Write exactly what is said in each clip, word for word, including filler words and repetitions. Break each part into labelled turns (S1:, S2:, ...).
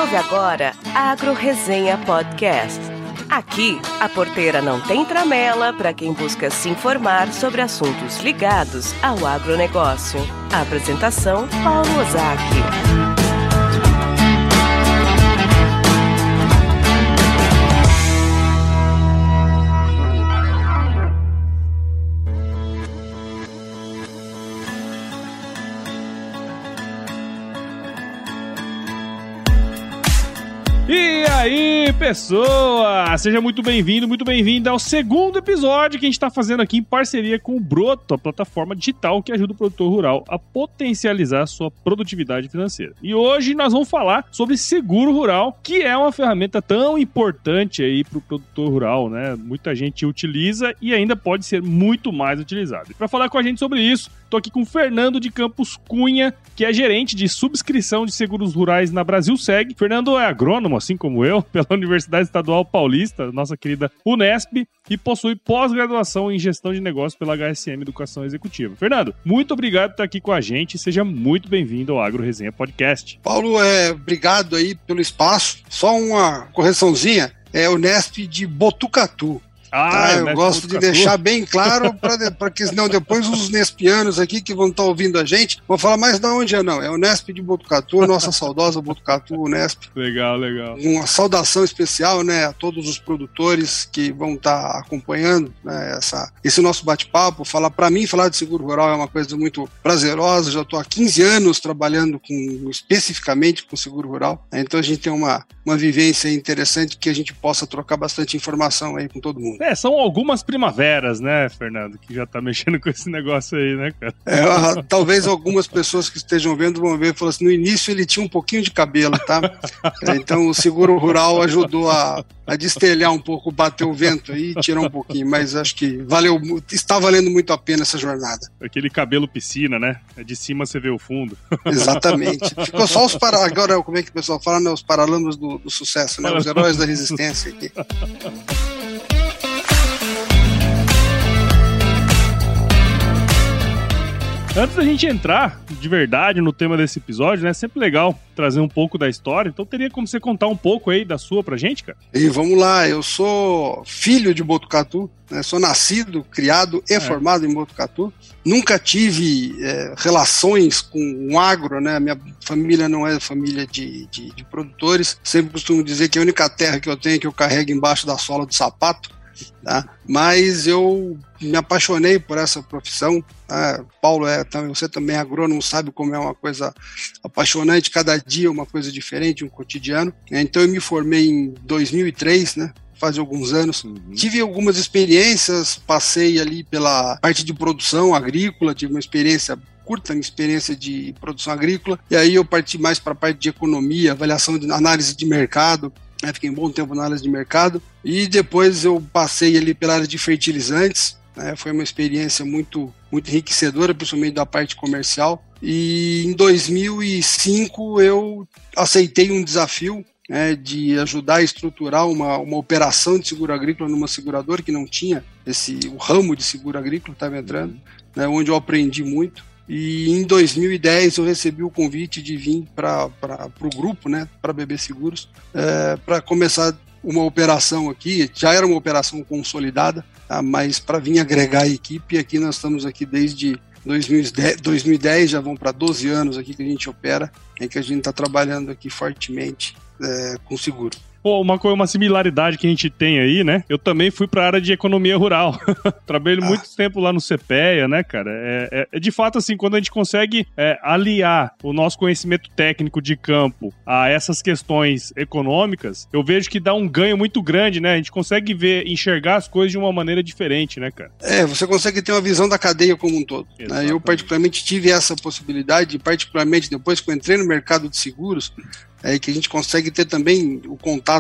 S1: ouve agora Agro Resenha Podcast. Aqui, a porteira não tem tramela para quem busca se informar sobre assuntos ligados ao agronegócio. A apresentação, Paulo Ozaki.
S2: E aí, pessoa! Seja muito bem-vindo, muito bem-vinda ao segundo episódio que a gente está fazendo aqui em parceria com o Broto, a plataforma digital que ajuda o produtor rural a potencializar a sua produtividade financeira. E hoje nós vamos falar sobre seguro rural, que é uma ferramenta tão importante aí para o produtor rural, né? Muita gente utiliza e ainda pode ser muito mais utilizado. E para falar com a gente sobre isso, estou aqui com o Fernando de Campos Cunha, que é gerente de subscrição de seguros rurais na Brasilseg. Fernando é agrônomo, assim como eu, pela Universidade Estadual Paulista, nossa querida Unesp, e possui pós-graduação em gestão de negócios pela H S M Educação Executiva. Fernando, muito obrigado por estar aqui com a gente e seja muito bem-vindo ao Agro Resenha Podcast.
S3: Paulo, é, obrigado aí pelo espaço. Só uma correçãozinha, é Unesp de Botucatu. Ah, tá, eu gosto de deixar bem claro, para que senão depois os nespianos aqui que vão estar ouvindo a gente vão falar, mas de onde é não? É o Unesp de Botucatu, nossa saudosa Botucatu, Unesp.
S2: Legal, legal.
S3: Uma saudação especial, né, a todos os produtores que vão estar acompanhando, né, essa, esse nosso bate-papo. Falar para mim, falar de seguro rural é uma coisa muito prazerosa. Já estou há quinze anos trabalhando com, especificamente com seguro rural, né, então a gente tem uma, uma vivência interessante que a gente possa trocar bastante informação aí com todo mundo.
S2: É, são algumas primaveras, né, Fernando, que já tá mexendo com esse negócio aí, né, cara?
S3: É, talvez algumas pessoas que estejam vendo vão ver e falar assim, no início ele tinha um pouquinho de cabelo, tá? Então o seguro rural ajudou a, a destelhar um pouco, bater o vento aí e tirar um pouquinho, mas acho que valeu, está valendo muito a pena essa jornada.
S2: Aquele cabelo piscina, né? De cima você vê o fundo.
S3: Exatamente. Ficou só os para... Agora, como é que o pessoal fala, né? Os paralamas do, do sucesso, né? Os heróis da resistência aqui.
S2: Antes da gente entrar de verdade no tema desse episódio, né? É sempre legal trazer um pouco da história. Então teria como você contar um pouco aí da sua pra gente, cara?
S3: E vamos lá, eu sou filho de Botucatu, né? Sou nascido, criado e é. formado em Botucatu. Nunca tive é, relações com o agro, né? Minha família não é família de, de, de produtores. Sempre costumo dizer que a única terra que eu tenho é que eu carrego embaixo da sola do sapato. Tá? Mas eu me apaixonei por essa profissão. Tá? Paulo, é, você também é agrônomo, sabe como é uma coisa apaixonante, cada dia uma coisa diferente, um cotidiano. Então eu me formei em dois mil e três, né? Faz alguns anos. Uhum. Tive algumas experiências, passei ali pela parte de produção agrícola, tive uma experiência curta minha experiência de produção agrícola, e aí eu parti mais para a parte de economia, avaliação de análise de mercado. Eu fiquei um bom tempo na análise de mercado e depois eu passei ali pela área de fertilizantes, né? Foi uma experiência muito, muito enriquecedora, principalmente da parte comercial. E em dois mil e cinco eu aceitei um desafio, né, de ajudar a estruturar uma, uma operação de seguro agrícola numa seguradora que não tinha esse, o ramo de seguro agrícola estava entrando, né, onde eu aprendi muito. E em dois mil e dez eu recebi o convite de vir para o grupo, né, para B B Seguros, é, para começar uma operação aqui. Já era uma operação consolidada, tá, mas para vir agregar a equipe. E aqui nós estamos aqui desde dois mil e dez, já vão para doze anos aqui que a gente opera, em que a gente está trabalhando aqui fortemente é, com seguro.
S2: Pô, uma, uma similaridade que a gente tem aí, né? Eu também fui para a área de economia rural. Trabalhei ah. muito tempo lá no CEPEA, né, cara? É, é, é de fato assim, quando a gente consegue é, aliar o nosso conhecimento técnico de campo a essas questões econômicas, eu vejo que dá um ganho muito grande, né? A gente consegue ver, enxergar as coisas de uma maneira diferente, né, cara?
S3: É, você consegue ter uma visão da cadeia como um todo. Né? Eu particularmente tive essa possibilidade, particularmente depois que eu entrei no mercado de seguros, é que a gente consegue ter também o contato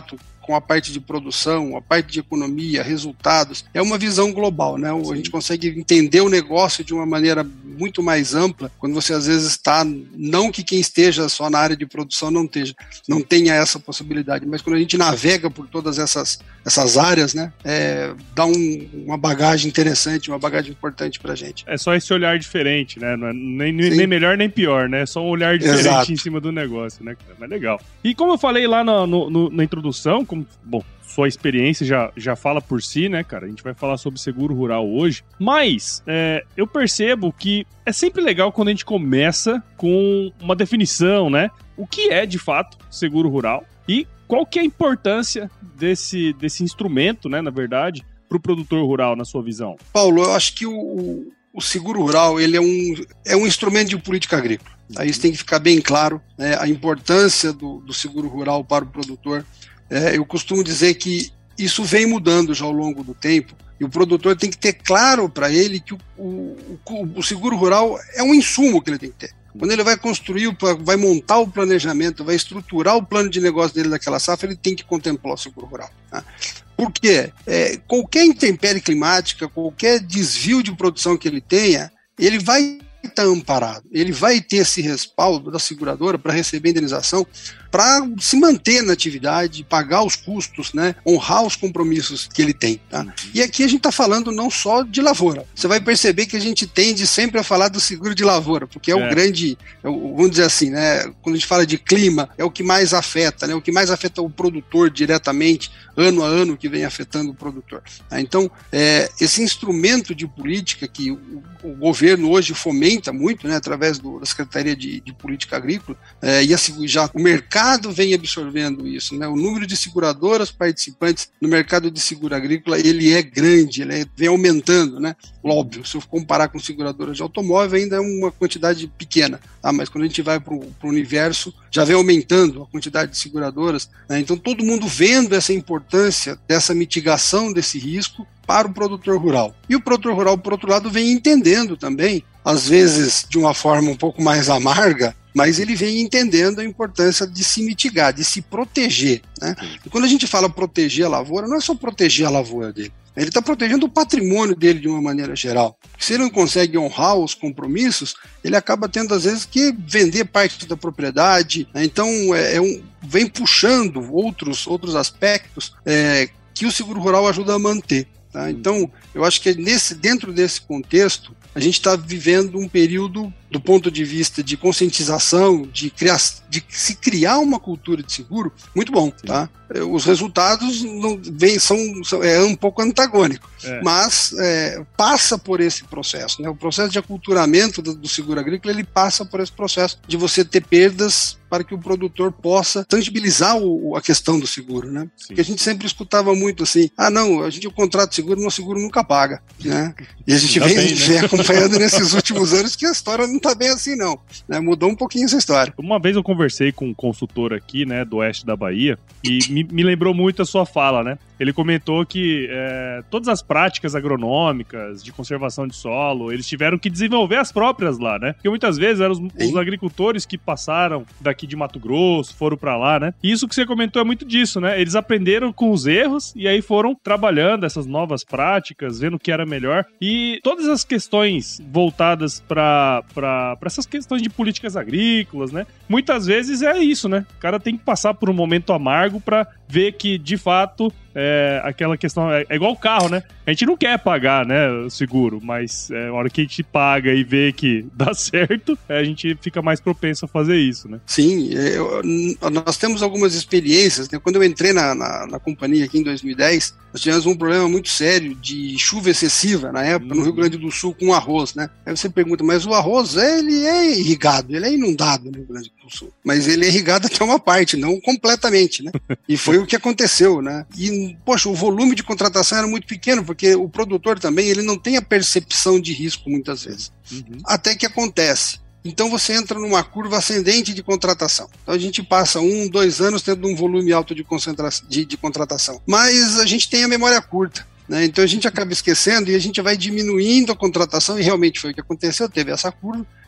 S3: com a parte de produção, a parte de economia, resultados, é uma visão global, né? A gente consegue entender o negócio de uma maneira muito mais ampla, quando você às vezes está, não que quem esteja só na área de produção não, esteja, não tenha essa possibilidade, mas quando a gente navega por todas essas, essas áreas, né, é, dá um, uma bagagem interessante, uma bagagem importante pra gente.
S2: É só esse olhar diferente, né? Não é nem, nem melhor nem pior, né? É só um olhar diferente. Exato. Em cima do negócio, né? Mas legal. E como eu falei lá no, no, na introdução, como, bom, sua experiência já, já fala por si, né, cara? A gente vai falar sobre seguro rural hoje. Mas é, eu percebo que é sempre legal quando a gente começa com uma definição, né? O que é, de fato, seguro rural e qual que é a importância desse, desse instrumento, né, na verdade, para o produtor rural, na sua visão?
S3: Paulo, eu acho que o, o seguro rural ele é, um, é um instrumento de política agrícola. Aí isso tem que ficar bem claro, né, a importância do, do seguro rural para o produtor. É, eu costumo dizer que isso vem mudando já ao longo do tempo e o produtor tem que ter claro para ele que o, o, o, o seguro rural é um insumo que ele tem que ter. Quando ele vai construir, vai montar o planejamento, vai estruturar o plano de negócio dele daquela safra, ele tem que contemplar o seguro rural. Tá? Por quê? É, qualquer intempérie climática, qualquer desvio de produção que ele tenha, ele vai estar amparado, ele vai ter esse respaldo da seguradora para receber indenização, para se manter na atividade, pagar os custos, né, honrar os compromissos que ele tem. Tá? E aqui a gente está falando não só de lavoura. Você vai perceber que a gente tende sempre a falar do seguro de lavoura, porque é, é. o grande, é o, vamos dizer assim, né, quando a gente fala de clima, é o que mais afeta, né, o que mais afeta o produtor diretamente, ano a ano, que vem afetando o produtor. Tá? Então, é, esse instrumento de política que o, o governo hoje fomenta muito, né, através do, da Secretaria de, de Política Agrícola, é, e a, já o mercado vem absorvendo isso, né? O número de seguradoras participantes no mercado de seguro agrícola, ele é grande, ele é, vem aumentando, né? Óbvio, se eu comparar com seguradoras de automóvel, ainda é uma quantidade pequena, tá? Mas quando a gente vai para o universo, já vem aumentando a quantidade de seguradoras, né? Então todo mundo vendo essa importância dessa mitigação desse risco para o produtor rural. E o produtor rural, por outro lado, vem entendendo também, às vezes de uma forma um pouco mais amarga, mas ele vem entendendo a importância de se mitigar, de se proteger. Né? E quando a gente fala proteger a lavoura, não é só proteger a lavoura dele, ele está protegendo o patrimônio dele de uma maneira geral. Se ele não consegue honrar os compromissos, ele acaba tendo às vezes que vender parte da propriedade, né? Então é, é um, vem puxando outros, outros aspectos é, que o seguro rural ajuda a manter. Tá? Então, eu acho que nesse, dentro desse contexto, a gente está vivendo um período, do ponto de vista de conscientização, de, criar, de se criar uma cultura de seguro, muito bom. Tá? Os resultados não, vem, são, são é um pouco antagônico, é. mas é, passa por esse processo. Né? O processo de aculturamento do, do seguro agrícola, ele passa por esse processo de você ter perdas para que o produtor possa tangibilizar o, a questão do seguro, né? Porque a gente sempre escutava muito assim, ah não, a gente o contrato de seguro, o seguro nunca paga, né? E a gente vem, bem, né? vem acompanhando nesses últimos anos que a história não está bem assim não, né? Mudou um pouquinho essa história.
S2: Uma vez eu conversei com um consultor aqui, né, do oeste da Bahia, e me, me lembrou muito a sua fala, né? Ele comentou que é, todas as práticas agronômicas de conservação de solo, eles tiveram que desenvolver as próprias lá, né? Porque muitas vezes eram os, os agricultores que passaram daqui de Mato Grosso, foram pra lá, né? E isso que você comentou é muito disso, né? Eles aprenderam com os erros e aí foram trabalhando essas novas práticas, vendo o que era melhor. E todas as questões voltadas pra, pra, pra essas questões de políticas agrícolas, né? Muitas vezes é isso, né? O cara tem que passar por um momento amargo pra ver que, de fato, é, aquela questão... É, é igual o carro, né? A gente não quer pagar, né, o seguro, mas é, a hora que a gente paga e vê que dá certo, é, a gente fica mais propenso a fazer isso, né?
S3: Sim, eu, nós temos algumas experiências, né? Quando eu entrei na, na, na companhia aqui em dois mil e dez, nós tivemos um problema muito sério de chuva excessiva, na época, no Rio Grande do Sul, com arroz, né? Aí você pergunta, mas o arroz, ele é irrigado, ele é inundado no Rio Grande do Sul, mas ele é irrigado até uma parte, não completamente, né? E foi o que aconteceu, né? E, poxa, o volume de contratação era muito pequeno, porque o produtor também, ele não tem a percepção de risco muitas vezes. Uhum. Até que acontece. Então você entra numa curva ascendente de contratação. Então a gente passa um, dois anos tendo um volume alto de, concentração, de, de contratação. Mas a gente tem a memória curta. Né? Então a gente acaba esquecendo e a gente vai diminuindo a contratação, e realmente foi o que aconteceu, teve essa curva,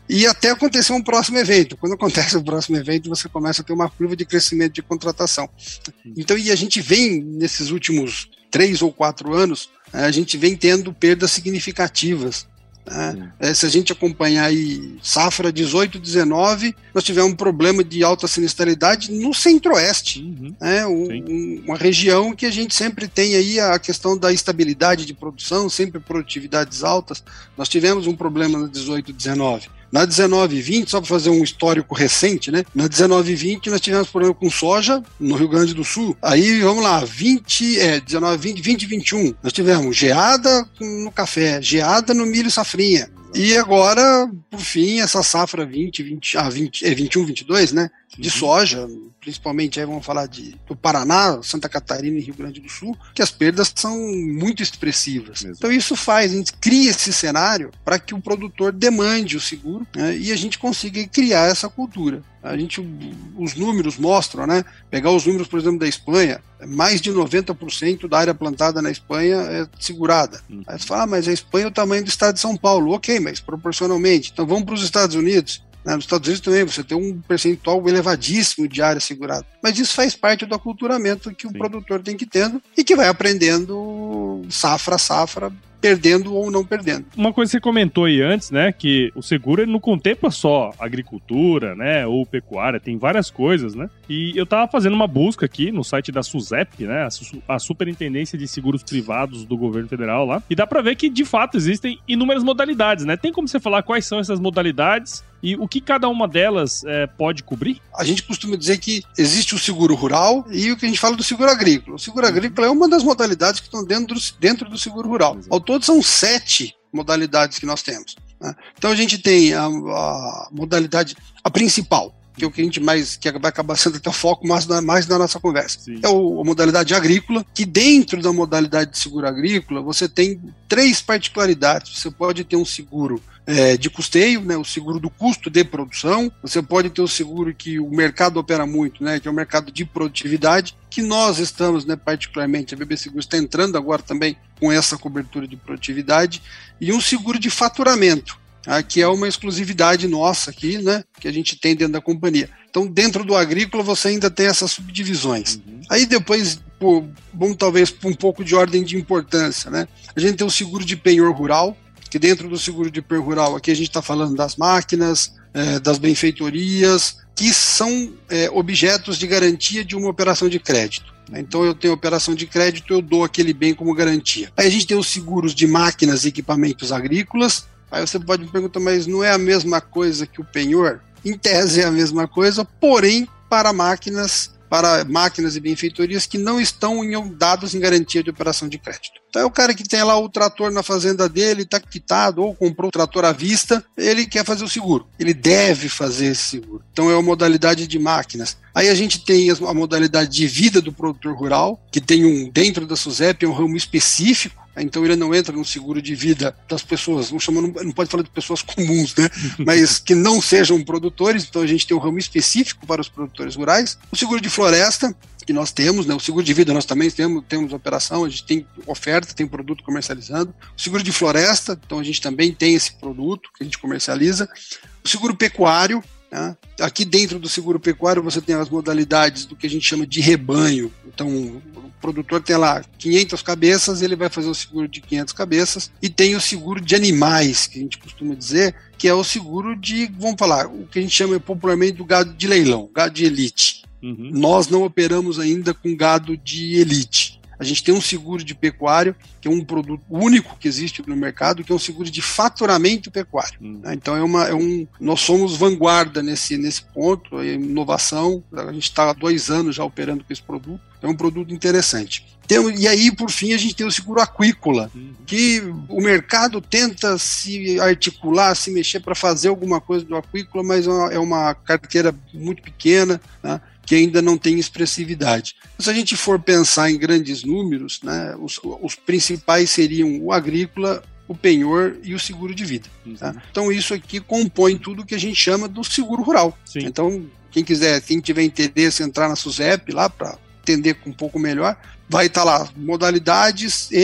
S3: e até acontecer um próximo evento. Quando acontece o próximo evento, você começa a ter uma curva de crescimento de contratação. Então, e a gente vem, nesses últimos três ou quatro anos, a gente vem tendo perdas significativas. Né? É, se a gente acompanhar aí safra dezoito, dezenove, nós tivemos um problema de alta sinistralidade no centro-oeste, uhum. né? um, uma região que a gente sempre tem aí a questão da estabilidade de produção, sempre produtividades altas. Nós tivemos um problema na dezoito, dezenove. Na dezenove e vinte, só para fazer um histórico recente, né? Na dezenove e vinte nós tivemos problema com soja no Rio Grande do Sul. Aí, vamos lá, vinte, é, dezenove, vinte, vinte e vinte e um, nós tivemos geada no café, geada no milho safrinha. E agora, por fim, essa safra vinte, vinte, ah, vinte, é vinte e um, vinte e dois, né? De soja, principalmente aí vamos falar de, do Paraná, Santa Catarina e Rio Grande do Sul, que as perdas são muito expressivas. Mesmo. Então isso faz, a gente cria esse cenário para que o produtor demande o seguro, né, e a gente consiga criar essa cultura. A gente, os números mostram, né? Pegar os números, por exemplo, da Espanha, mais de noventa por cento da área plantada na Espanha é segurada. Uhum. Aí você fala, ah, mas a Espanha é o tamanho do estado de São Paulo. Ok, mas proporcionalmente. Então vamos para os Estados Unidos. Nos Estados Unidos também você tem um percentual elevadíssimo de área segurada. Mas isso faz parte do aculturamento que o Sim. produtor tem que ir tendo e que vai aprendendo safra a safra, perdendo ou não perdendo.
S2: Uma coisa que você comentou aí antes, né, que o seguro ele não contempla só agricultura, né, ou pecuária, tem várias coisas, né, e eu tava fazendo uma busca aqui no site da SUSEP, né, a, Su- a Superintendência de Seguros Privados do Governo Federal lá, e dá pra ver que de fato existem inúmeras modalidades, né, tem como você falar quais são essas modalidades e o que cada uma delas é, pode cobrir?
S3: A gente costuma dizer que existe o seguro rural e o que a gente fala do seguro agrícola. O seguro agrícola é uma das modalidades que estão dentro do, dentro do seguro rural. Ao todo são sete modalidades que nós temos. Né? Então a gente tem a, a modalidade, a principal, que é o que a gente mais, que vai acabar sendo até o foco mais da, mais da nossa conversa. Sim. É o, a modalidade agrícola, que dentro da modalidade de seguro agrícola, você tem três particularidades. Você pode ter um seguro é, de custeio, né, o seguro do custo de produção, você pode ter o seguro que o mercado opera muito, né, que é o mercado de produtividade, que nós estamos, né, particularmente, a B B Seguros está entrando agora também com essa cobertura de produtividade, e um seguro de faturamento, que é uma exclusividade nossa aqui, né, que a gente tem dentro da companhia. Então, dentro do agrícola, você ainda tem essas subdivisões. Uhum. Aí depois, pô, vamos talvez por um pouco de ordem de importância, né? A gente tem o seguro de penhor rural, que dentro do seguro de penhor rural, aqui a gente está falando das máquinas, é, das benfeitorias, que são é, objetos de garantia de uma operação de crédito. Então eu tenho operação de crédito, eu dou aquele bem como garantia. Aí a gente tem os seguros de máquinas e equipamentos agrícolas. Aí você pode me perguntar, mas não é a mesma coisa que o penhor? Em tese é a mesma coisa, porém para máquinas, para máquinas e benfeitorias que não estão em, dados em garantia de operação de crédito. Então é o cara que tem lá o trator na fazenda dele, está quitado ou comprou o trator à vista, ele quer fazer o seguro. Ele deve fazer esse seguro. Então é a modalidade de máquinas. Aí a gente tem a modalidade de vida do produtor rural, que tem um, dentro da SUSEP, um ramo específico. Então ele não entra no seguro de vida das pessoas, não, chama, não pode falar de pessoas comuns, né? Mas que não sejam produtores, então a gente tem um ramo específico para os produtores rurais. O seguro de floresta, que nós temos, né? O seguro de vida nós também temos, temos operação, a gente tem oferta, tem produto comercializando. O seguro de floresta, então a gente também tem esse produto que a gente comercializa. O seguro pecuário, né? Aqui dentro do seguro pecuário você tem as modalidades do que a gente chama de rebanho. Então o produtor tem lá quinhentas cabeças, ele vai fazer o seguro de quinhentas cabeças, e tem o seguro de animais, que a gente costuma dizer, que é o seguro de, vamos falar, o que a gente chama popularmente do gado de leilão, gado de elite. Uhum. Nós não operamos ainda com gado de elite. A gente tem um seguro de pecuário, que é um produto único que existe no mercado, que é um seguro de faturamento pecuário. Hum. Então é uma, é um, nós somos vanguarda nesse, nesse ponto, é inovação. A gente está há dois anos já operando com esse produto. É um produto interessante. Tem, e aí, por fim, a gente tem o seguro aquícola, hum. que o mercado tenta se articular, se mexer para fazer alguma coisa do aquícola, mas é uma, é uma carteira muito pequena, né, que ainda não tem expressividade. Se a gente for pensar em grandes números, né, os, os principais seriam o agrícola, o penhor e o seguro de vida. Uhum. Tá? Então isso aqui compõe tudo que a gente chama do seguro rural. Sim. Então quem quiser, quem tiver interesse em entrar na SUSEP lá para entender um pouco melhor, vai estar lá modalidades e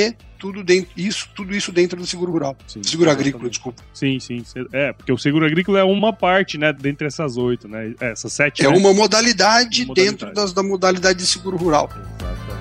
S3: tudo, dentro, isso, tudo isso dentro do seguro rural. Sim, seguro exatamente. Agrícola, desculpa.
S2: Sim, sim. É, porque o seguro agrícola é uma parte, né, dentre essas oito, né? Essas sete.
S3: É
S2: né?
S3: uma modalidade, uma modalidade dentro das, da modalidade de seguro rural.
S2: Exatamente.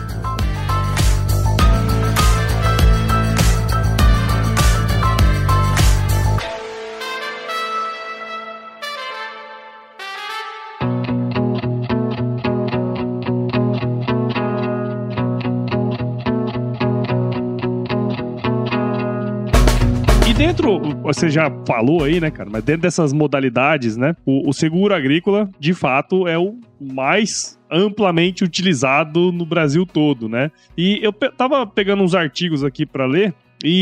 S2: Dentro, você já falou aí, né, cara, mas dentro dessas modalidades, né, o, o seguro agrícola, de fato, é o mais amplamente utilizado no Brasil todo, né? E eu pe- tava pegando uns artigos aqui para ler,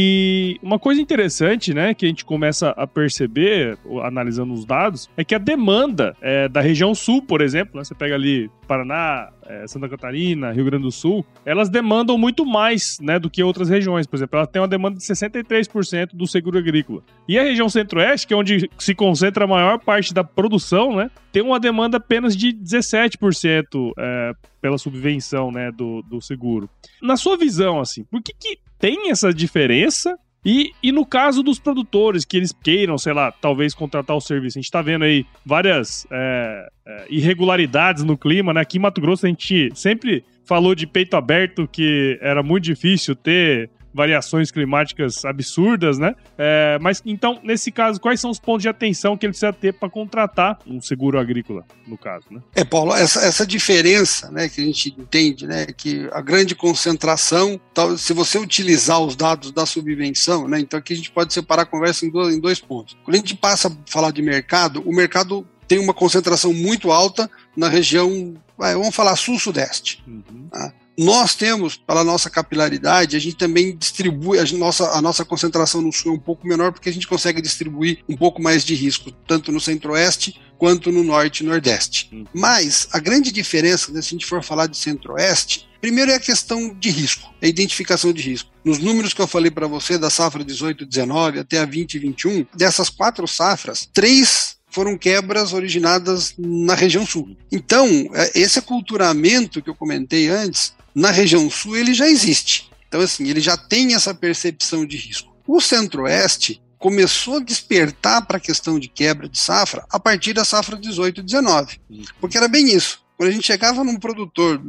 S2: e uma coisa interessante, né, que a gente começa a perceber, analisando os dados, é que a demanda é, da região sul, por exemplo, né, você pega ali Paraná, é, Santa Catarina, Rio Grande do Sul, elas demandam muito mais, né, do que outras regiões. Por exemplo, ela tem uma demanda de sessenta e três por cento do seguro agrícola. E a região centro-oeste, que é onde se concentra a maior parte da produção, né, tem uma demanda apenas de dezessete por cento é, pela subvenção, né, do, do seguro. Na sua visão, assim, por que que tem essa diferença? E, e no caso dos produtores, que eles queiram, sei lá, talvez contratar o serviço, a gente tá vendo aí várias é, é, irregularidades no clima, né? Aqui em Mato Grosso a gente sempre falou de peito aberto, que era muito difícil ter variações climáticas absurdas, né? É, mas então, nesse caso, quais são os pontos de atenção que ele precisa ter para contratar um seguro agrícola, no caso, né?
S3: É, Paulo, essa, essa diferença, né, que a gente entende, né, que a grande concentração, tal, se você utilizar os dados da subvenção, né, então aqui a gente pode separar a conversa em dois, em dois pontos. Quando a gente passa a falar de mercado, o mercado tem uma concentração muito alta na região, vai, vamos falar sul-sudeste. Uhum. Tá? Nós temos, pela nossa capilaridade, a gente também distribui, a nossa, a nossa concentração no sul é um pouco menor, porque a gente consegue distribuir um pouco mais de risco, tanto no centro-oeste quanto no norte e nordeste. Uhum. Mas a grande diferença, né, se a gente for falar de centro-oeste, primeiro é a questão de risco, a identificação de risco. Nos números que eu falei para você, da safra dezoito, dezenove até a vinte e vinte e um, dessas quatro safras, três foram quebras originadas na região sul. Então, esse aculturamento que eu comentei antes, na região sul ele já existe. Então, assim, ele já tem essa percepção de risco. O centro-oeste começou a despertar para a questão de quebra de safra a partir da safra dezoito, dezenove. Porque era bem isso. Quando a gente chegava num produtor,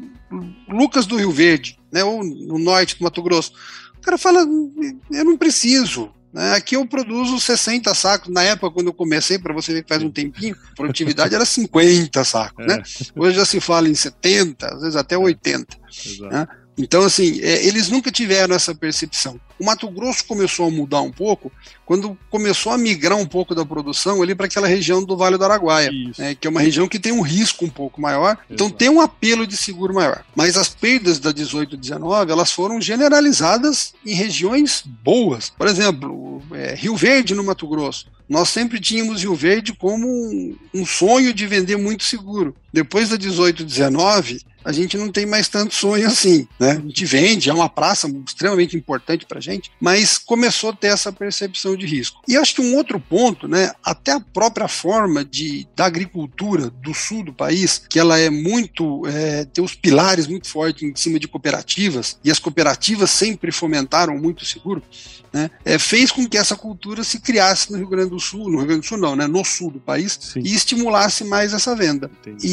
S3: Lucas do Rio Verde, né, ou no norte do Mato Grosso, o cara fala, eu não preciso. Aqui eu produzo sessenta sacos. Na época, quando eu comecei, para você ver que faz um tempinho, a produtividade era cinquenta sacos. É. Né? Hoje já se fala em setenta, às vezes até oitenta. Né? Então, assim, é, eles nunca tiveram essa percepção. O Mato Grosso começou a mudar um pouco quando começou a migrar um pouco da produção ali para aquela região do Vale do Araguaia, né, que é uma região que tem um risco um pouco maior, Exato. Então tem um apelo de seguro maior. Mas as perdas da dezoito e dezenove, elas foram generalizadas em regiões boas. Por exemplo, é, Rio Verde no Mato Grosso. Nós sempre tínhamos Rio Verde como um, um sonho de vender muito seguro. Depois da dezoito e dezenove, a gente não tem mais tanto sonho assim, né? A gente vende, é uma praça extremamente importante pra gente, mas começou a ter essa percepção de risco. E acho que um outro ponto, né? Até a própria forma de, da agricultura do sul do país, que ela é muito, é, tem os pilares muito fortes em cima de cooperativas, e as cooperativas sempre fomentaram muito o seguro, né? É, fez com que essa cultura se criasse no Rio Grande do Sul, no Rio Grande do Sul não, né? No sul do país, Sim. e estimulasse mais essa venda.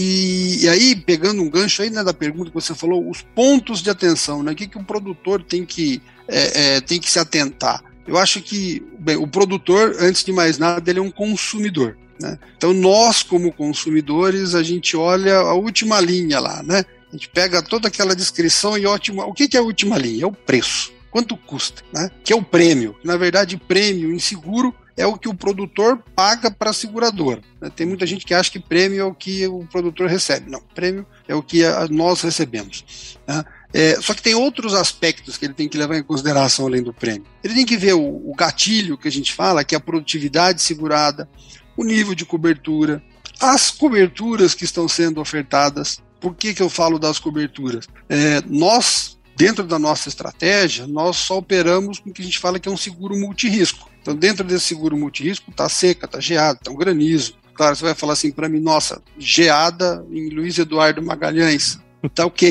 S3: E, e aí, pegando um gancho aí, né, da pergunta que você falou, os pontos de atenção, né? O que, que o produtor tem que, é, é, tem que se atentar? Eu acho que, bem, o produtor, antes de mais nada, ele é um consumidor, né? Então, nós, como consumidores, a gente olha a última linha lá, né? A gente pega toda aquela descrição e ótima. O que, que é a última linha? É o preço. Quanto custa, né? Que é o prêmio. Na verdade, prêmio em seguro é o que o produtor paga para a seguradora. Tem muita gente que acha que prêmio é o que o produtor recebe. Não, prêmio é o que nós recebemos. Né? É, só que tem outros aspectos que ele tem que levar em consideração além do prêmio. Ele tem que ver o, o gatilho que a gente fala, que é a produtividade segurada, o nível de cobertura, as coberturas que estão sendo ofertadas. Por que que eu falo das coberturas? É, nós, dentro da nossa estratégia, nós só operamos com o que a gente fala que é um seguro multirrisco. Então, dentro desse seguro multirrisco, está seca, está geada, está um granizo. Claro, você vai falar assim para mim, nossa, geada em Luiz Eduardo Magalhães, tá ok.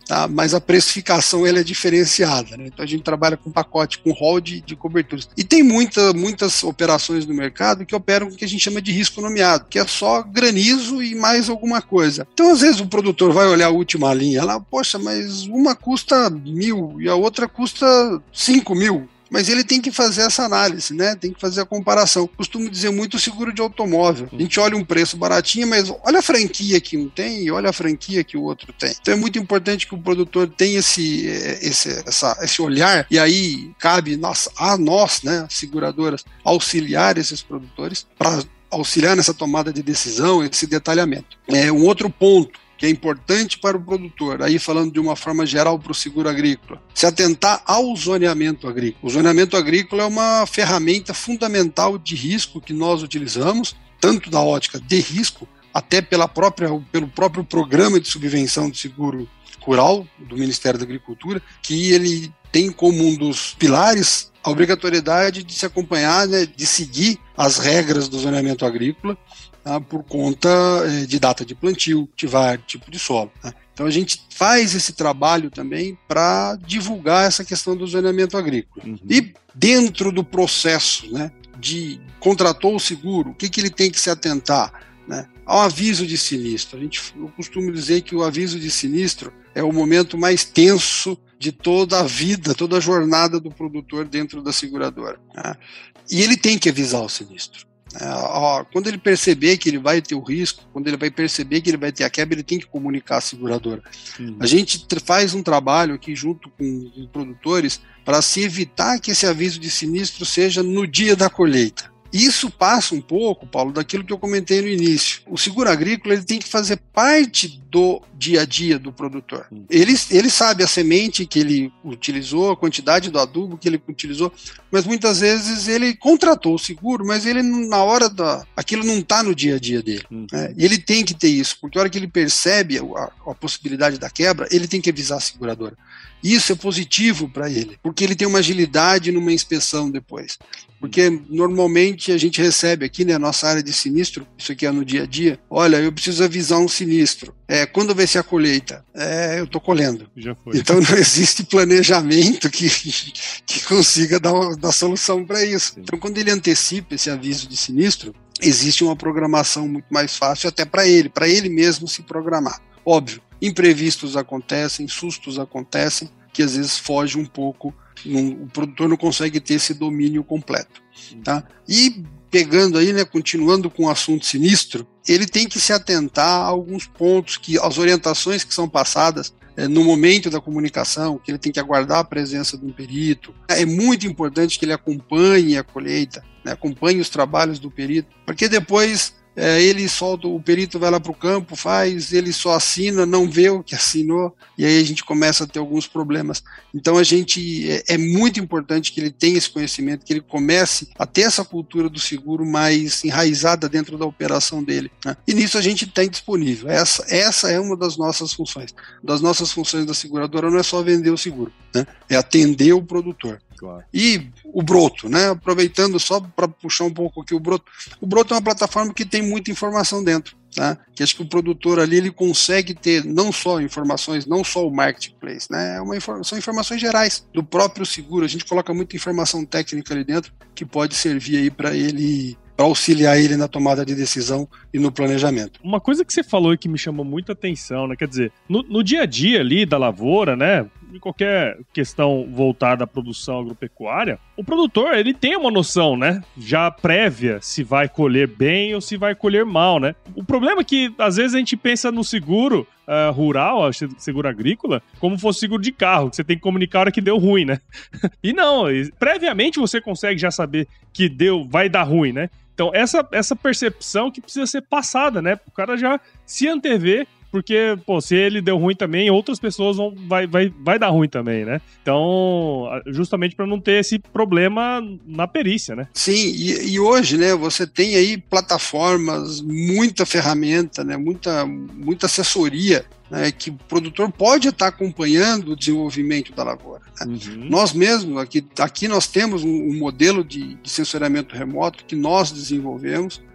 S3: tá? Mas a precificação ela é diferenciada, né? Então a gente trabalha com pacote, com rol de, de coberturas. E tem muita, muitas operações no mercado que operam com o que a gente chama de risco nomeado, que é só granizo e mais alguma coisa. Então às vezes o produtor vai olhar a última linha lá, poxa, mas uma custa mil e a outra custa cinco mil. Mas ele tem que fazer essa análise, né? Tem que fazer a comparação. Costumo dizer muito seguro de automóvel. A gente olha um preço baratinho, mas olha a franquia que um tem e olha a franquia que o outro tem. Então é muito importante que o produtor tenha esse, esse, essa, esse olhar, e aí cabe nós, a nós, né, seguradoras, auxiliar esses produtores para auxiliar nessa tomada de decisão, esse detalhamento. É um outro ponto que é importante para o produtor, aí falando de uma forma geral para o seguro agrícola, se atentar ao zoneamento agrícola. O zoneamento agrícola é uma ferramenta fundamental de risco que nós utilizamos, tanto da ótica de risco, até pela própria, pelo próprio programa de subvenção de seguro rural do Ministério da Agricultura, que ele tem como um dos pilares a obrigatoriedade de se acompanhar, né, de seguir as regras do zoneamento agrícola, tá, por conta eh, de data de plantio, cultivar, tipo de solo. Tá. Então a gente faz esse trabalho também para divulgar essa questão do zoneamento agrícola. Uhum. E dentro do processo, né, de contratou o seguro, o que, que ele tem que se atentar? Né? Ao aviso de sinistro. A gente, eu costumo dizer que o aviso de sinistro é o momento mais tenso de toda a vida, toda a jornada do produtor dentro da seguradora. Né? E ele tem que avisar o sinistro. É, ó, quando ele perceber que ele vai ter o risco, quando ele vai perceber que ele vai ter a quebra, ele tem que comunicar a seguradora. Uhum. A gente faz um trabalho aqui junto com os produtores para se evitar que esse aviso de sinistro seja no dia da colheita. Isso passa um pouco, Paulo, daquilo que eu comentei no início. O seguro agrícola ele tem que fazer parte do dia a dia do produtor. Ele, ele sabe a semente que ele utilizou, a quantidade do adubo que ele utilizou, mas muitas vezes ele contratou o seguro, mas ele na hora da... aquilo não está no dia a dia dele. Uhum. Né? E ele tem que ter isso, porque a hora que ele percebe a, a possibilidade da quebra, ele tem que avisar a seguradora. Isso é positivo para ele, porque ele tem uma agilidade numa inspeção depois. Porque normalmente a gente recebe aqui, né, nossa área de sinistro, isso aqui é no dia a dia, olha, eu preciso avisar um sinistro. É, quando vai ser a colheita? É, eu estou colhendo. Já foi. Então não existe planejamento que, que consiga dar, uma, dar solução para isso. Sim. Então quando ele antecipa esse aviso de sinistro, existe uma programação muito mais fácil até para ele, para ele mesmo se programar. Óbvio, imprevistos acontecem, sustos acontecem, que às vezes foge um pouco, não, o produtor não consegue ter esse domínio completo. Tá? E pegando aí, né, continuando com o assunto sinistro, ele tem que se atentar a alguns pontos, que as orientações que são passadas é, no momento da comunicação, que ele tem que aguardar a presença de um perito. É muito importante que ele acompanhe a colheita, né, acompanhe os trabalhos do perito, porque depois... É, ele solta, o perito vai lá para o campo, faz, ele só assina, não vê o que assinou, e aí a gente começa a ter alguns problemas. Então a gente, é, é muito importante que ele tenha esse conhecimento, que ele comece a ter essa cultura do seguro mais enraizada dentro da operação dele. Né? E nisso a gente tem disponível. Essa, essa é uma das nossas funções. Das nossas funções da seguradora não é só vender o seguro, né? É atender o produtor. Claro. E o Broto, né? Aproveitando só para puxar um pouco aqui o Broto. O Broto é uma plataforma que tem muita informação dentro, tá? Que acho que o produtor ali ele consegue ter não só informações, não só o marketplace, né? É uma, são informações gerais do próprio seguro. A gente coloca muita informação técnica ali dentro que pode servir aí para ele, para auxiliar ele na tomada de decisão e no planejamento.
S2: Uma coisa que você falou e que me chamou muita atenção, né? Quer dizer, no, no dia a dia ali da lavoura, né? Em qualquer questão voltada à produção agropecuária, o produtor, ele tem uma noção, né? Já prévia, se vai colher bem ou se vai colher mal, né? O problema é que, às vezes, a gente pensa no seguro uh, rural, seguro agrícola, como fosse seguro de carro, que você tem que comunicar a hora que deu ruim, né? E não, previamente você consegue já saber que deu, vai dar ruim, né? Então, essa, essa percepção que precisa ser passada, né? O cara já se antever, porque, pô, se ele deu ruim também, outras pessoas vão, vai, vai, vai dar ruim também, né? Então, justamente para não ter esse problema na perícia, né?
S3: Sim, e, e hoje, né, você tem aí plataformas, muita ferramenta, né, muita, muita assessoria, né, que o produtor pode estar acompanhando o desenvolvimento da lavoura. Né? Uhum. Nós mesmos, aqui, aqui nós temos um, um modelo de, de sensoriamento remoto que nós desenvolvemos,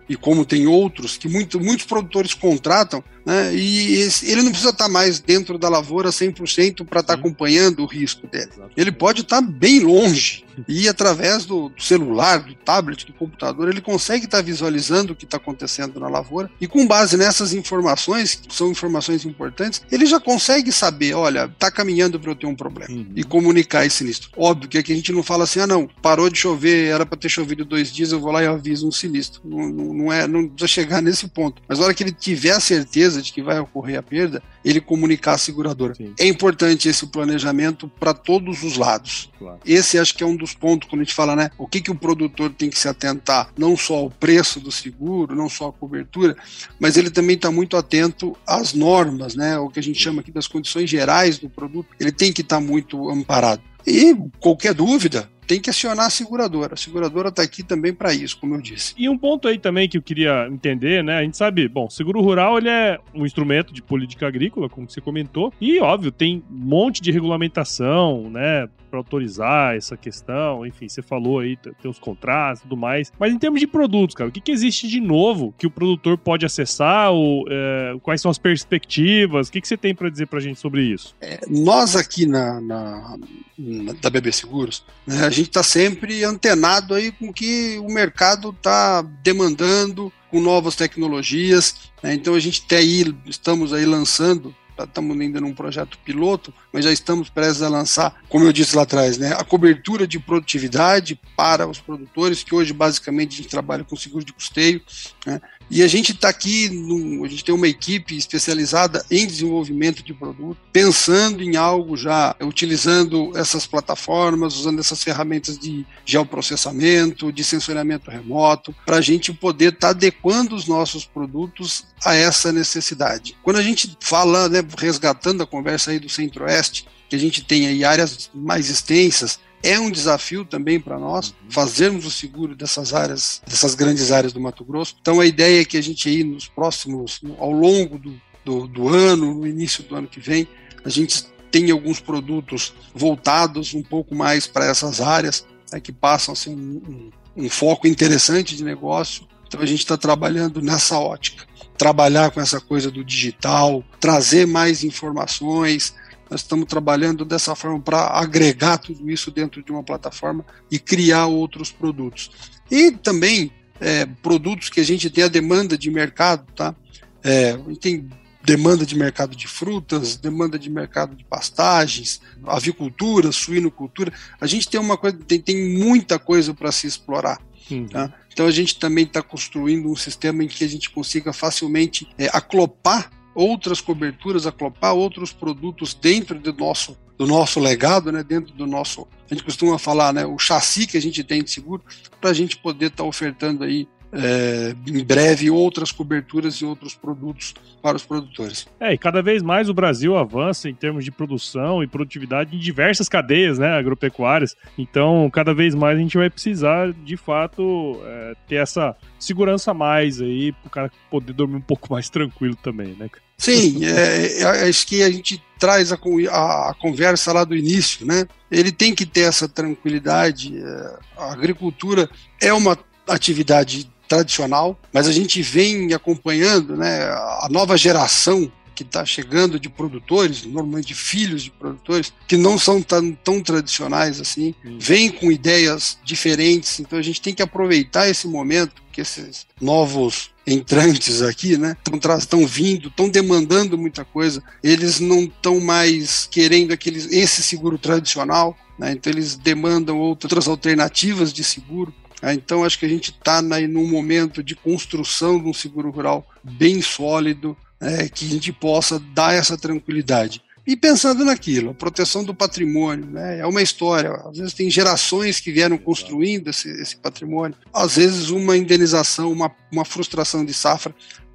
S3: e como tem outros, que muito, muitos produtores contratam, né, e esse, ele não precisa estar mais dentro da lavoura cem por cento para estar acompanhando o risco dele. Ele pode estar bem longe e através do, do celular, do tablet, do computador, ele consegue estar visualizando o que está acontecendo na lavoura e com base nessas informações, que são informações importantes, ele já consegue saber, olha, está caminhando para eu ter um problema uhum. e comunicar esse sinistro. Óbvio que aqui a gente não fala assim, ah não, parou de chover, era para ter chovido dois dias, eu vou lá e aviso um sinistro. Não, não, não, é, não precisa chegar nesse ponto. Mas na hora que ele tiver a certeza de que vai ocorrer a perda, ele comunicar a seguradora. Sim. É importante esse planejamento para todos os lados. Claro. Esse acho que é um dos pontos quando a gente fala, né, o que, que o produtor tem que se atentar, não só ao preço do seguro, não só à cobertura, mas ele também está muito atento às normas, né, o que a gente chama aqui das condições gerais do produto, ele tem que estar tá muito amparado. E qualquer dúvida, tem que acionar a seguradora. A seguradora está aqui também para isso, como eu disse.
S2: E um ponto aí também que eu queria entender, né? A gente sabe, bom, seguro rural ele é um instrumento de política agrícola, como você comentou, e óbvio, tem um monte de regulamentação, né? Para autorizar essa questão, enfim, você falou aí, tem os contratos e tudo mais, mas em termos de produtos, cara, o que, que existe de novo que o produtor pode acessar, ou, é, quais são as perspectivas, o que, que você tem para dizer para a gente sobre isso?
S3: É, nós aqui na, na, na da B B Seguros, né, a gente está sempre antenado aí com o que o mercado está demandando, com novas tecnologias, né, então a gente tem aí, estamos aí lançando, estamos ainda num projeto piloto, mas já estamos prestes a lançar, como eu disse lá atrás, né, a cobertura de produtividade para os produtores, que hoje basicamente a gente trabalha com seguro de custeio, né, e a gente está aqui, no, a gente tem uma equipe especializada em desenvolvimento de produto, pensando em algo já, utilizando essas plataformas, usando essas ferramentas de geoprocessamento, de sensoriamento remoto, para a gente poder estar tá adequando os nossos produtos a essa necessidade. Quando a gente fala, né, resgatando a conversa aí do Centro-Oeste, que a gente tem aí áreas mais extensas, é um desafio também para nós fazermos o seguro dessas áreas, dessas grandes áreas do Mato Grosso. Então a ideia é que a gente aí nos próximos, ao longo do, do, do ano, no início do ano que vem, a gente tenha alguns produtos voltados um pouco mais para essas áreas, né, que passam a ser um, um, um foco interessante de negócio. Então a gente está trabalhando nessa ótica, trabalhar com essa coisa do digital, trazer mais informações. Nós estamos trabalhando dessa forma para agregar tudo isso dentro de uma plataforma e criar outros produtos. E também é, produtos que a gente tem a demanda de mercado, tá? É, a gente tem demanda de mercado de frutas, demanda de mercado de pastagens, avicultura, suinocultura. A gente tem uma coisa, tem, tem muita coisa para se explorar. Uhum. Tá? Então a gente também está construindo um sistema em que a gente consiga facilmente é, aclopar outras coberturas, aclopar outros produtos dentro do nosso, do nosso legado, né, dentro do nosso, a gente costuma falar, né, o chassi que a gente tem de seguro, para a gente poder estar tá ofertando aí É, em breve outras coberturas e outros produtos para os produtores.
S2: É, e cada vez mais o Brasil avança em termos de produção e produtividade em diversas cadeias, né, agropecuárias, então cada vez mais a gente vai precisar de fato é, ter essa segurança a mais aí para o cara poder dormir um pouco mais tranquilo também, né?
S3: Sim, é, é, acho que a gente traz a, a, a conversa lá do início, né? Ele tem que ter essa tranquilidade, é, a agricultura é uma atividade tradicional, mas a gente vem acompanhando, né, a nova geração que está chegando de produtores, normalmente filhos de produtores, que não são tão, tão tradicionais assim, hum. vêm com ideias diferentes, então a gente tem que aproveitar esse momento que esses novos entrantes aqui, né, estão vindo, estão demandando muita coisa, eles não estão mais querendo aqueles, esse seguro tradicional, né, então eles demandam outras alternativas de seguro. Então acho que a gente está num momento de construção de um seguro rural bem sólido, né, que a gente possa dar essa tranquilidade. E pensando naquilo, a proteção do patrimônio, né, é uma história, às vezes tem gerações que vieram construindo esse, esse patrimônio, às vezes uma indenização, uma, uma frustração de safra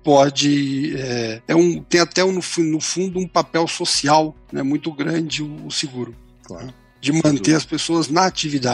S3: pode, é, é um, tem até no, no fundo um papel social, né, muito grande o, o seguro. Claro. De manter as pessoas na atividade.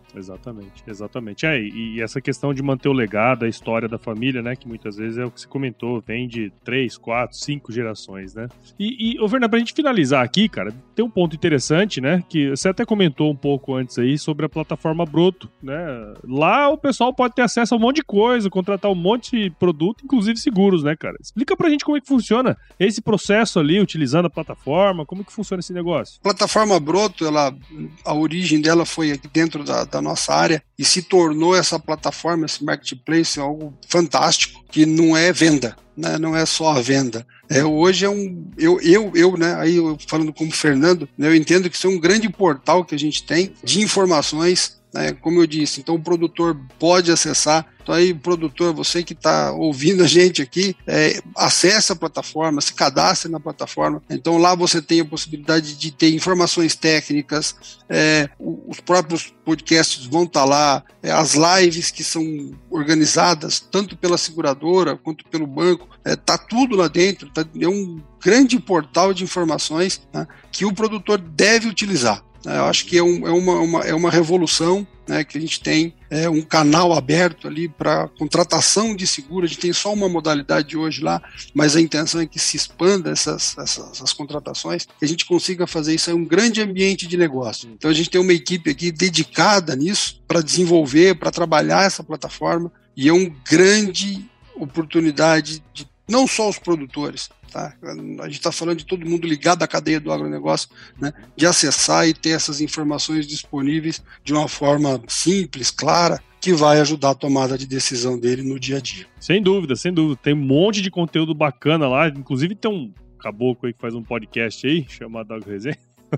S2: Exatamente, exatamente. É, e, e essa questão de manter o legado, a história da família, né, que muitas vezes é o que você comentou, vem de três, quatro, cinco gerações, né? E, e ô Fernando, pra gente finalizar aqui, cara, tem um ponto interessante, né, que você até comentou um pouco antes aí sobre a plataforma Broto, né? Lá o pessoal pode ter acesso a um monte de coisa, contratar um monte de produto, inclusive seguros, né, cara? Explica pra gente como é que funciona esse processo ali, utilizando a plataforma, como que funciona esse negócio?
S3: A plataforma Broto, ela, a origem dela foi aqui dentro da, da nossa área e se tornou essa plataforma, esse marketplace, algo fantástico, que não é venda, né? Não é só a venda. É, hoje é um, eu, eu, eu, né, aí eu falando como Fernando, né, eu entendo que isso é um grande portal que a gente tem de informações, né, como eu disse, então o produtor pode acessar. Então aí, produtor, você que está ouvindo a gente aqui, é, acesse a plataforma, se cadastre na plataforma. Então lá você tem a possibilidade de ter informações técnicas, é, os próprios podcasts vão estar lá, é, as lives que são organizadas tanto pela seguradora quanto pelo banco, está é, tudo lá dentro, tá, é um grande portal de informações, né, que o produtor deve utilizar. Eu acho que é, um, é, uma, uma, é uma revolução, né, que a gente tem é, um canal aberto ali para contratação de seguro. A gente tem só uma modalidade hoje lá, mas a intenção é que se expanda essas, essas, essas contratações, que a gente consiga fazer isso. É um grande ambiente de negócio. Então a gente tem uma equipe aqui dedicada nisso para desenvolver, para trabalhar essa plataforma, e é uma grande oportunidade de não só os produtores, tá? A gente está falando de todo mundo ligado à cadeia do agronegócio, né? De acessar e ter essas informações disponíveis de uma forma simples, clara, que vai ajudar a tomada de decisão dele no dia a dia.
S2: Sem dúvida, sem dúvida. Tem um monte de conteúdo bacana lá, inclusive tem um caboclo aí que faz um podcast aí, chamado AgroResenha.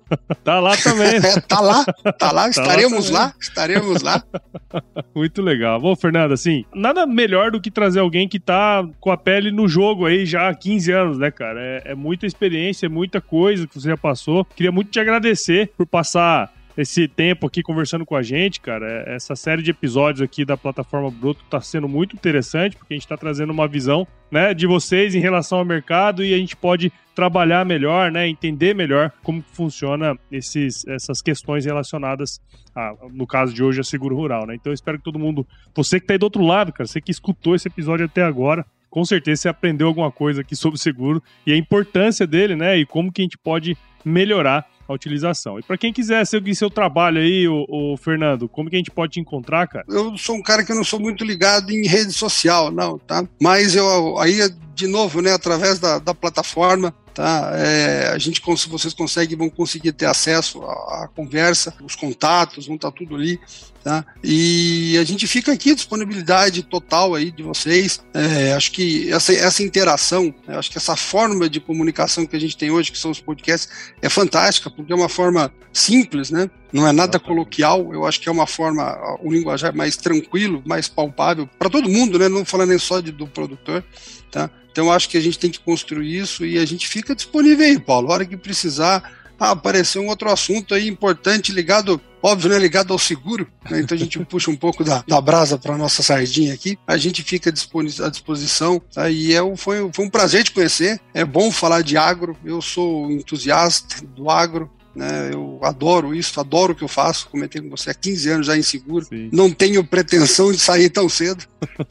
S2: Tá lá também.
S3: É, tá lá, tá lá, estaremos tá lá, lá, estaremos lá.
S2: Muito legal. Bom, Fernando, assim, nada melhor do que trazer alguém que tá com a pele no jogo aí já há quinze anos, né, cara? É, é muita experiência, é muita coisa que você já passou. Queria muito te agradecer por passar esse tempo aqui conversando com a gente, cara. Essa série de episódios aqui da plataforma Broto tá sendo muito interessante, porque a gente tá trazendo uma visão, né, de vocês em relação ao mercado, e a gente pode trabalhar melhor, né, entender melhor como funciona esses, essas questões relacionadas, a, no caso de hoje, a seguro rural, né? Então eu espero que todo mundo, você que tá aí do outro lado, cara, você que escutou esse episódio até agora, com certeza você aprendeu alguma coisa aqui sobre o seguro e a importância dele, né, e como que a gente pode melhorar a utilização. E para quem quiser seguir seu trabalho aí, o, o Fernando, como que a gente pode te encontrar, cara?
S3: Eu sou um cara que eu não sou muito ligado em rede social, não, tá? Mas eu, aí, de novo, né, através da, da plataforma, tá? É, a gente, vocês conseguem, vão conseguir ter acesso à, à conversa, os contatos, vão estar tudo ali, tá? E a gente fica aqui, disponibilidade total aí de vocês. É, acho que essa, essa interação, acho que essa forma de comunicação que a gente tem hoje, que são os podcasts, é fantástica, porque é uma forma simples, né? Não é nada coloquial. Eu acho que é uma forma, um linguajar mais tranquilo, mais palpável para todo mundo, né? Não falando nem só de, do produtor, tá? Então acho que a gente tem que construir isso e a gente fica disponível aí, Paulo. A hora que precisar, ah, aparecer um outro assunto aí importante ligado, óbvio, né, ligado ao seguro, né? Então a gente puxa um pouco da, da brasa para nossa sardinha aqui, a gente fica à disposição, tá? E é, foi, foi um prazer te conhecer, é bom falar de agro, eu sou entusiasta do agro, né? Eu adoro isso, adoro o que eu faço, comentei com você há quinze anos já em seguro. Sim. Não tenho pretensão de sair tão cedo.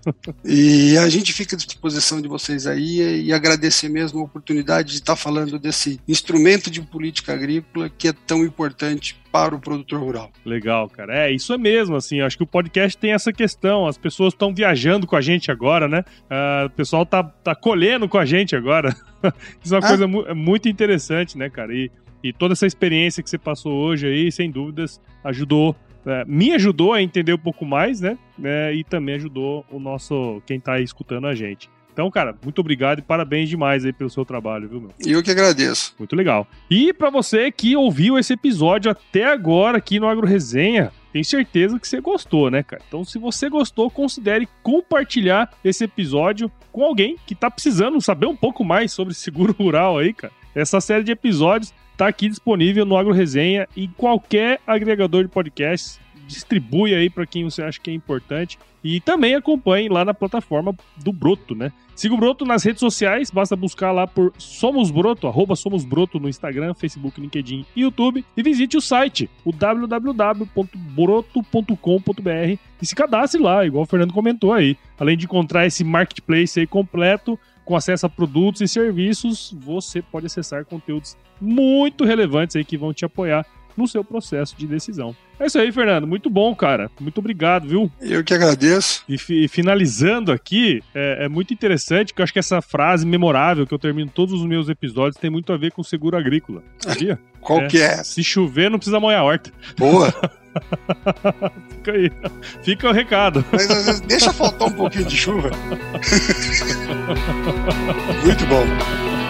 S3: E a gente fica à disposição de vocês aí e agradecer mesmo a oportunidade de estar falando desse instrumento de política agrícola que é tão importante para o produtor rural.
S2: Legal, cara. É, isso é mesmo, assim, acho que o podcast tem essa questão, as pessoas estão viajando com a gente agora, né? Uh, o pessoal tá, tá colhendo com a gente agora. Isso é uma ah. coisa mu- muito interessante, né, cara? E E toda essa experiência que você passou hoje aí, sem dúvidas, ajudou, é, me ajudou a entender um pouco mais, né? É, e também ajudou o nosso, quem tá aí escutando a gente. Então, cara, muito obrigado e parabéns demais aí pelo seu trabalho, viu, meu?
S3: Eu que agradeço.
S2: Muito legal. E pra você que ouviu esse episódio até agora aqui no AgroResenha, tenho certeza que você gostou, né, cara? Então, se você gostou, considere compartilhar esse episódio com alguém que tá precisando saber um pouco mais sobre seguro rural aí, cara. Essa série de episódios tá aqui disponível no AgroResenha e qualquer agregador de podcasts distribui aí para quem você acha que é importante. E também acompanhe lá na plataforma do Broto, né? Siga o Broto nas redes sociais, basta buscar lá por Somos Broto, arroba Somos Broto no Instagram, Facebook, LinkedIn e YouTube. E visite o site, o w w w ponto broto ponto com ponto b r e se cadastre lá, igual o Fernando comentou aí. Além de encontrar esse marketplace aí completo, com acesso a produtos e serviços, você pode acessar conteúdos muito relevantes aí que vão te apoiar no seu processo de decisão. É isso aí, Fernando. Muito bom, cara. Muito obrigado, viu?
S3: Eu que agradeço.
S2: E, fi- finalizando aqui, é, é muito interessante, que eu acho que essa frase memorável que eu termino todos os meus episódios tem muito a ver com seguro agrícola. Sabia?
S3: Qual
S2: é,
S3: que é?
S2: Se chover, não precisa molhar a horta.
S3: Boa.
S2: Fica aí. Fica o recado.
S3: Mas às vezes deixa faltar um pouquinho de chuva. Muito bom.